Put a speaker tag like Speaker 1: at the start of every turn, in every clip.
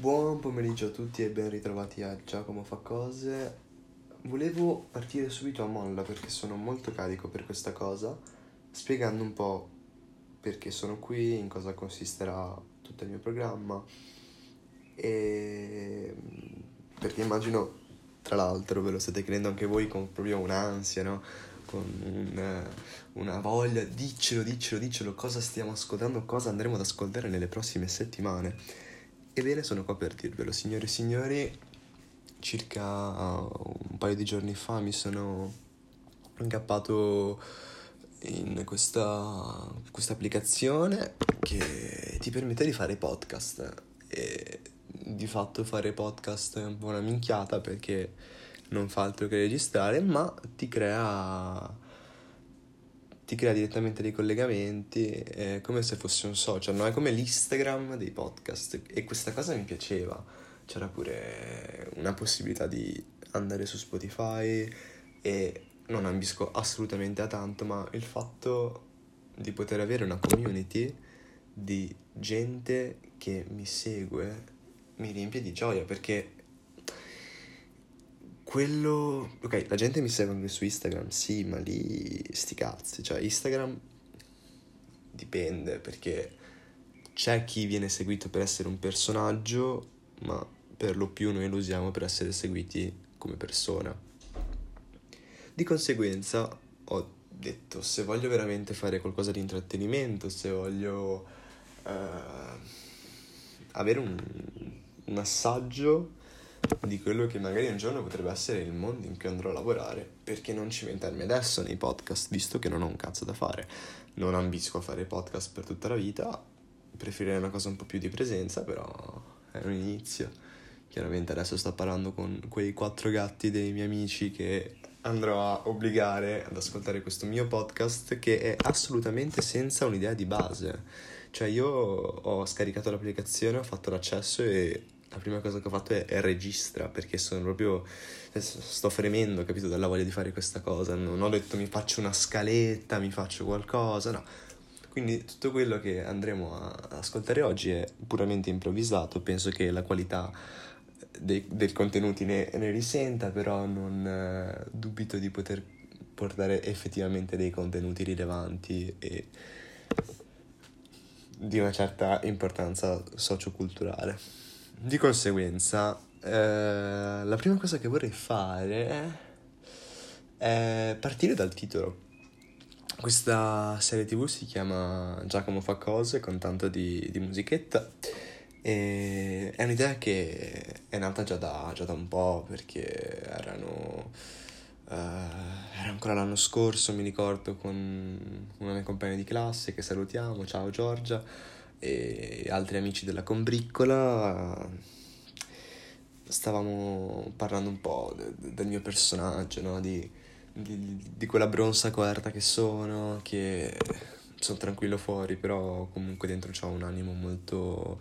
Speaker 1: Buon pomeriggio a tutti e ben ritrovati a Giacomo fa cose. Volevo partire subito a molla perché sono molto carico per questa cosa, spiegando un po' perché sono qui, in cosa consisterà tutto il mio programma e perché immagino, tra l'altro, ve lo state chiedendo anche voi con proprio un'ansia, no? Con una voglia, diccelo, cosa stiamo ascoltando, cosa andremo ad ascoltare nelle prossime settimane. Ebbene, sono qua per dirvelo, signore e signori. Circa un paio di giorni fa mi sono incappato in questa applicazione che ti permette di fare podcast. E di fatto fare podcast è un po' una minchiata perché non fa altro che registrare, ma ti crea direttamente dei collegamenti, come se fosse un social, no? È come l'Instagram dei podcast, e questa cosa mi piaceva. C'era pure una possibilità di andare su Spotify e non ambisco assolutamente a tanto, ma il fatto di poter avere una community di gente che mi segue mi riempie di gioia, perché ok, la gente mi segue anche su Instagram, sì, ma lì sti cazzi, cioè Instagram dipende, perché c'è chi viene seguito per essere un personaggio, ma per lo più noi lo usiamo per essere seguiti come persona. Di conseguenza ho detto, se voglio veramente fare qualcosa di intrattenimento, se voglio avere un assaggio di quello che magari un giorno potrebbe essere il mondo in cui andrò a lavorare, perché non cimentarmi adesso nei podcast, visto che non ho un cazzo da fare. Non ambisco a fare podcast per tutta la vita, preferirei una cosa un po' più di presenza, però è un inizio. Chiaramente adesso sto parlando con quei 4 gatti dei miei amici che andrò a obbligare ad ascoltare questo mio podcast, che è assolutamente senza un'idea di base. Cioè io ho scaricato l'applicazione, ho fatto l'accesso e la prima cosa che ho fatto è registra, perché sono proprio, sto fremendo, capito, dalla voglia di fare questa cosa. Non ho detto mi faccio una scaletta, mi faccio qualcosa, no. Quindi tutto quello che andremo a ascoltare oggi è puramente improvvisato. Penso che la qualità del contenuti ne risenta, però non dubito di poter portare effettivamente dei contenuti rilevanti e di una certa importanza socioculturale. Di conseguenza, la prima cosa che vorrei fare è partire dal titolo. Questa serie TV si chiama Giacomo fa cose, con tanto di musichetta, e è un'idea che è nata già da un po', perché era ancora l'anno scorso, mi ricordo, con una mia compagna di classe che salutiamo, ciao Giorgia, e altri amici della combriccola. Stavamo parlando un po' del mio personaggio, no? Di quella bronza coerta che sono tranquillo fuori, però comunque dentro c'ho un animo molto,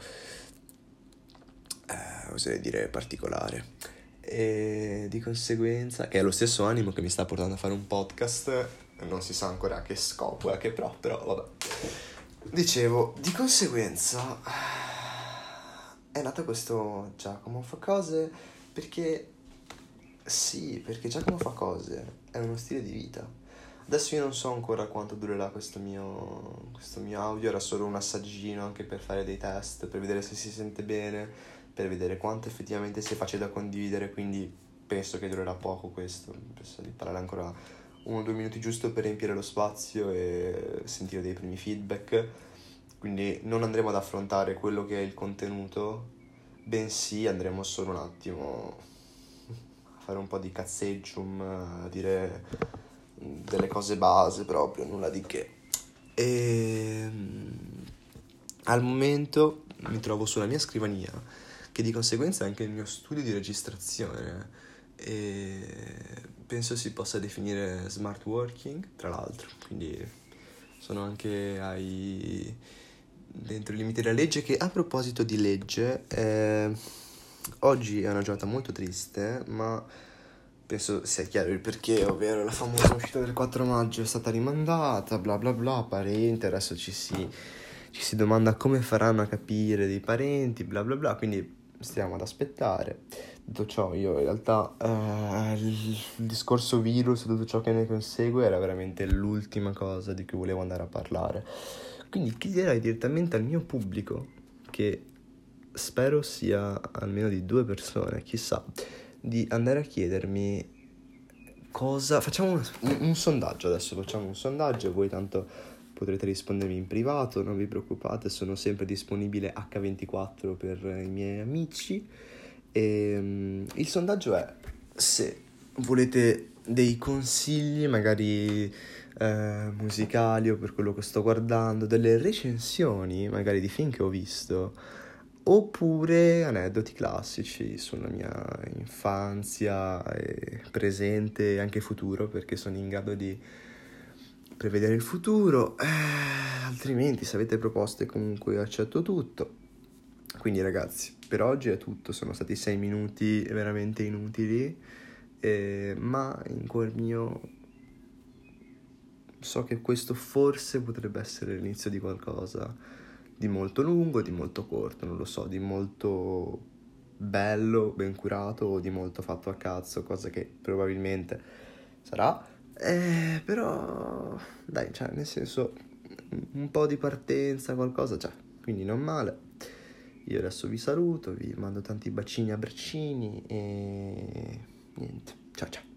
Speaker 1: oserei dire, particolare. E di conseguenza, che è lo stesso animo che mi sta portando a fare un podcast, non si sa ancora a che scopo, però vabbè. Dicevo, di conseguenza è nato questo Giacomo fa cose perché Giacomo fa cose è uno stile di vita. Adesso io non so ancora quanto durerà questo mio audio, era solo un assaggino anche per fare dei test, per vedere se si sente bene, per vedere quanto effettivamente sia facile da condividere, quindi penso che durerà poco questo, penso di parlare ancora 1 o 2 minuti giusto per riempire lo spazio e sentire dei primi feedback. Quindi non andremo ad affrontare quello che è il contenuto, bensì andremo solo un attimo a fare un po' di cazzeggium, a dire delle cose base proprio, nulla di che. E al momento mi trovo sulla mia scrivania, che di conseguenza è anche il mio studio di registrazione, e penso si possa definire smart working, tra l'altro, quindi sono anche dentro i limiti della legge. Che, a proposito di legge, oggi è una giornata molto triste, ma penso sia chiaro il perché, ovvero la famosa uscita del 4 maggio è stata rimandata, bla bla bla, parenti, adesso ci si domanda come faranno a capire dei parenti, bla bla bla, quindi stiamo ad aspettare. Detto ciò, io in realtà il discorso virus e tutto ciò che ne consegue era veramente l'ultima cosa di cui volevo andare a parlare. Quindi chiederei direttamente al mio pubblico, che spero sia almeno di 2 persone, chissà, di andare a chiedermi cosa... Facciamo un sondaggio adesso, facciamo un sondaggio e voi tanto potrete rispondermi in privato, non vi preoccupate, sono sempre disponibile H24 per i miei amici. E il sondaggio è se volete dei consigli magari musicali o per quello che sto guardando, delle recensioni magari di film che ho visto, oppure aneddoti classici sulla mia infanzia e presente e anche futuro, perché sono in grado di prevedere il futuro. Altrimenti, se avete proposte, comunque accetto tutto. Quindi ragazzi, per oggi è tutto, sono stati 6 minuti veramente inutili, ma in cuor mio so che questo forse potrebbe essere l'inizio di qualcosa di molto lungo, di molto corto, non lo so, di molto bello, ben curato, o di molto fatto a cazzo, cosa che probabilmente sarà. Però dai, cioè, nel senso, un po' di partenza, qualcosa c'è, quindi non male. Io adesso vi saluto, vi mando tanti bacini a braccini e niente, ciao ciao.